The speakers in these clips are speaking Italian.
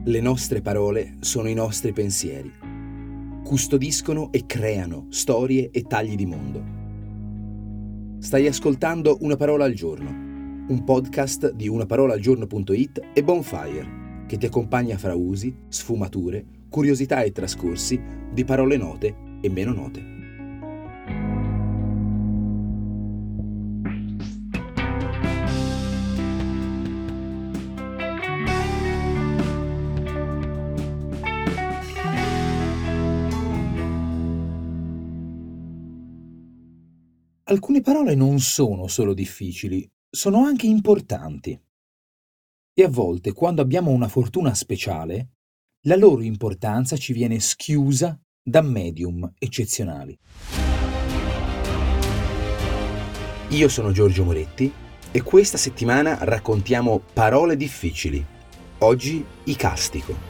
Le nostre parole sono i nostri pensieri. Custodiscono e creano storie e tagli di mondo. Stai ascoltando Una parola al giorno, un podcast di unaparolaalgiorno.it e Bonfire, che ti accompagna fra usi, sfumature, curiosità e trascorsi di parole note e meno note. Alcune parole non sono solo difficili, sono anche importanti. E a volte, quando abbiamo una fortuna speciale, la loro importanza ci viene schiusa da medium eccezionali. Io sono Giorgio Moretti e questa settimana raccontiamo parole difficili. Oggi icastico.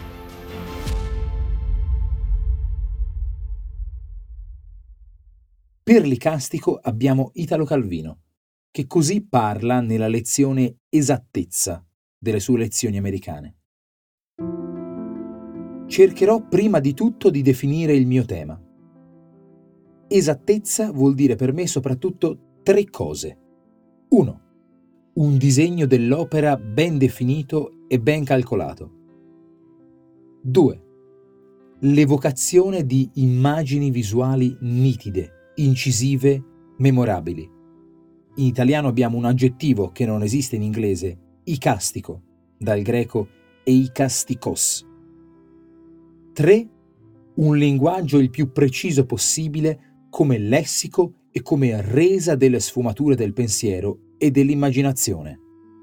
Per l'icastico abbiamo Italo Calvino, che così parla nella lezione Esattezza delle sue lezioni americane. Cercherò prima di tutto di definire il mio tema. Esattezza vuol dire per me soprattutto tre cose. 1. Un disegno dell'opera ben definito e ben calcolato. 2. L'evocazione di immagini visuali nitide, incisive, memorabili. In italiano abbiamo un aggettivo che non esiste in inglese, icastico, dal greco eikastikos. 3. Un linguaggio il più preciso possibile come lessico e come resa delle sfumature del pensiero e dell'immaginazione.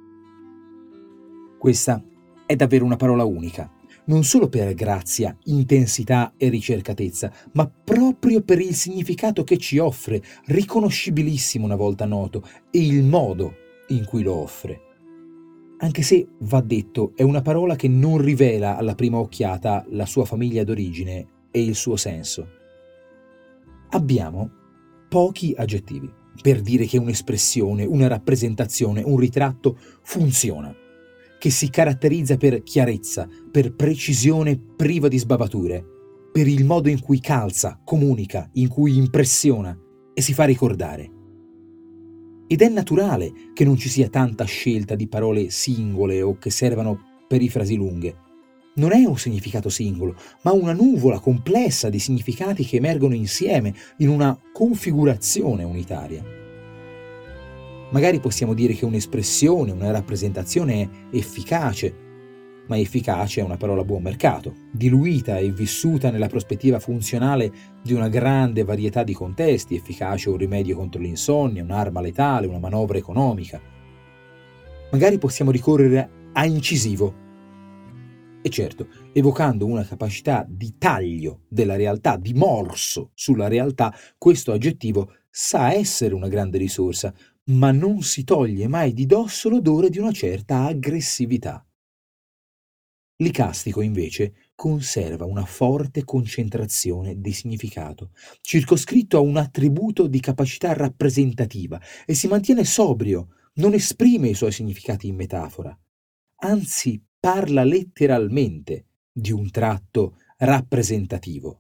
Questa è davvero una parola unica, non solo per grazia, intensità e ricercatezza, ma proprio per il significato che ci offre, riconoscibilissimo una volta noto, e il modo in cui lo offre. Anche se, va detto, è una parola che non rivela alla prima occhiata la sua famiglia d'origine e il suo senso. Abbiamo pochi aggettivi per dire che un'espressione, una rappresentazione, un ritratto funziona, che si caratterizza per chiarezza, per precisione priva di sbavature, per il modo in cui calza, comunica, in cui impressiona e si fa ricordare. Ed è naturale che non ci sia tanta scelta di parole singole o che servano perifrasi lunghe. Non è un significato singolo, ma una nuvola complessa di significati che emergono insieme in una configurazione unitaria. Magari possiamo dire che un'espressione, una rappresentazione è efficace, ma efficace è una parola a buon mercato, diluita e vissuta nella prospettiva funzionale di una grande varietà di contesti, efficace un rimedio contro l'insonnia, un'arma letale, una manovra economica. Magari possiamo ricorrere a incisivo. E certo, evocando una capacità di taglio della realtà, di morso sulla realtà, questo aggettivo sa essere una grande risorsa, ma non si toglie mai di dosso l'odore di una certa aggressività. L'icastico, invece, conserva una forte concentrazione di significato, circoscritto a un attributo di capacità rappresentativa e si mantiene sobrio, non esprime i suoi significati in metafora. Anzi, parla letteralmente di un tratto rappresentativo.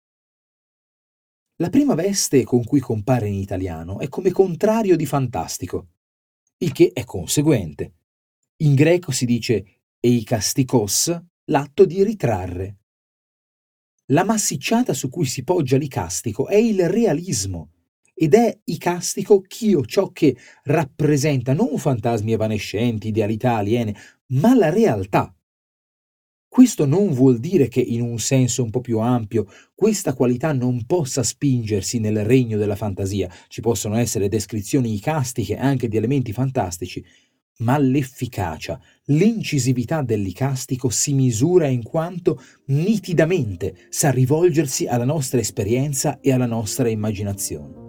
La prima veste con cui compare in italiano è come contrario di fantastico, il che è conseguente. In greco si dice eikastikos, l'atto di ritrarre. La massicciata su cui si poggia l'icastico è il realismo, ed è icastico ciò che rappresenta non fantasmi evanescenti, idealità aliene, ma la realtà. Questo non vuol dire che, in un senso un po' più ampio, questa qualità non possa spingersi nel regno della fantasia. Ci possono essere descrizioni icastiche anche di elementi fantastici, ma l'efficacia, l'incisività dell'icastico si misura in quanto nitidamente sa rivolgersi alla nostra esperienza e alla nostra immaginazione.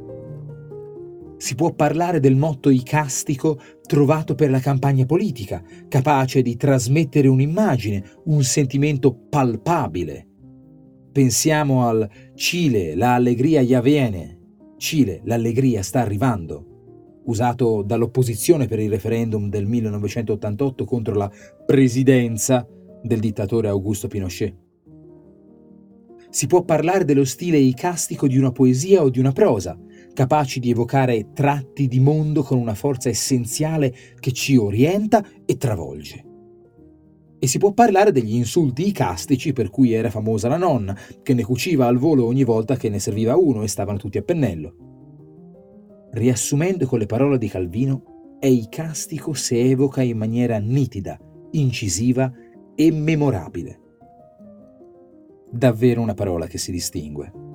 Si può parlare del motto icastico trovato per la campagna politica, capace di trasmettere un'immagine, un sentimento palpabile. Pensiamo al Cile, la allegria ya viene, Cile, l'allegria sta arrivando, usato dall'opposizione per il referendum del 1988 contro la presidenza del dittatore Augusto Pinochet. Si può parlare dello stile icastico di una poesia o di una prosa, capaci di evocare tratti di mondo con una forza essenziale che ci orienta e travolge. E si può parlare degli insulti icastici per cui era famosa la nonna, che ne cuciva al volo ogni volta che ne serviva uno e stavano tutti a pennello. Riassumendo con le parole di Calvino, è icastico se evoca in maniera nitida, incisiva e memorabile. Davvero una parola che si distingue.